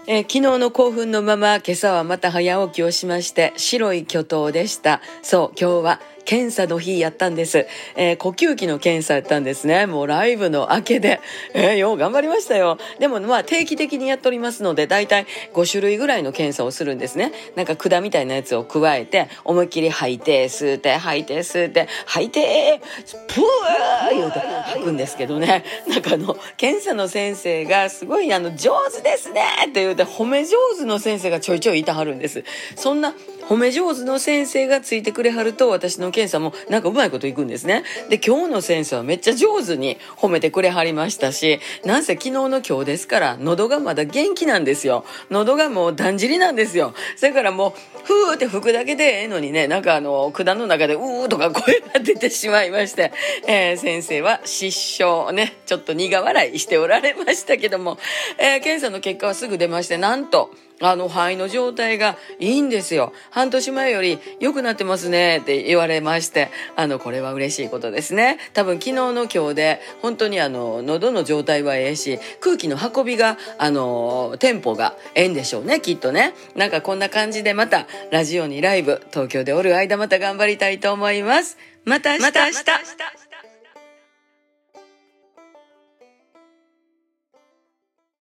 昨日の興奮のまま今朝はまた早起きをしまして白い巨頭でした。そう、今日は検査の日やったんです。呼吸器の検査やったんですね。もうライブの明けで、よう頑張りましたよ。でも定期的にやっておりますので、だいたい5種類ぐらいの検査をするんですね。なんか管みたいなやつを加えて、思いっきり吐いて吸って吐いて吸って吐いてプー言うて吐くんですけどね。なんか検査の先生がすごい上手ですねって言うて褒め上手の先生がちょいちょいいたはるんです。そんな褒め上手の先生がついてくれはると私の検査もなんかうまいこといくんですね。で、今日の先生はめっちゃ上手に褒めてくれはりましたし、なんせ昨日の今日ですから喉がまだ元気なんですよ。喉がもうだんじりなんですよ。それからもうふーって吹くだけでええのにね、なんか管の中でうーとか声が出てしまいまして、先生は失笑ね、ちょっと苦笑いしておられましたけども、検査の結果はすぐ出まして、なんと肺の状態がいいんですよ。半年前より良くなってますねって言われまして、これは嬉しいことですね。多分昨日の今日で本当に喉の状態はええし、空気の運びがテンポがええんでしょうね、きっとね。なんかこんな感じでまたラジオにライブ、東京でおる間また頑張りたいと思います。また明日。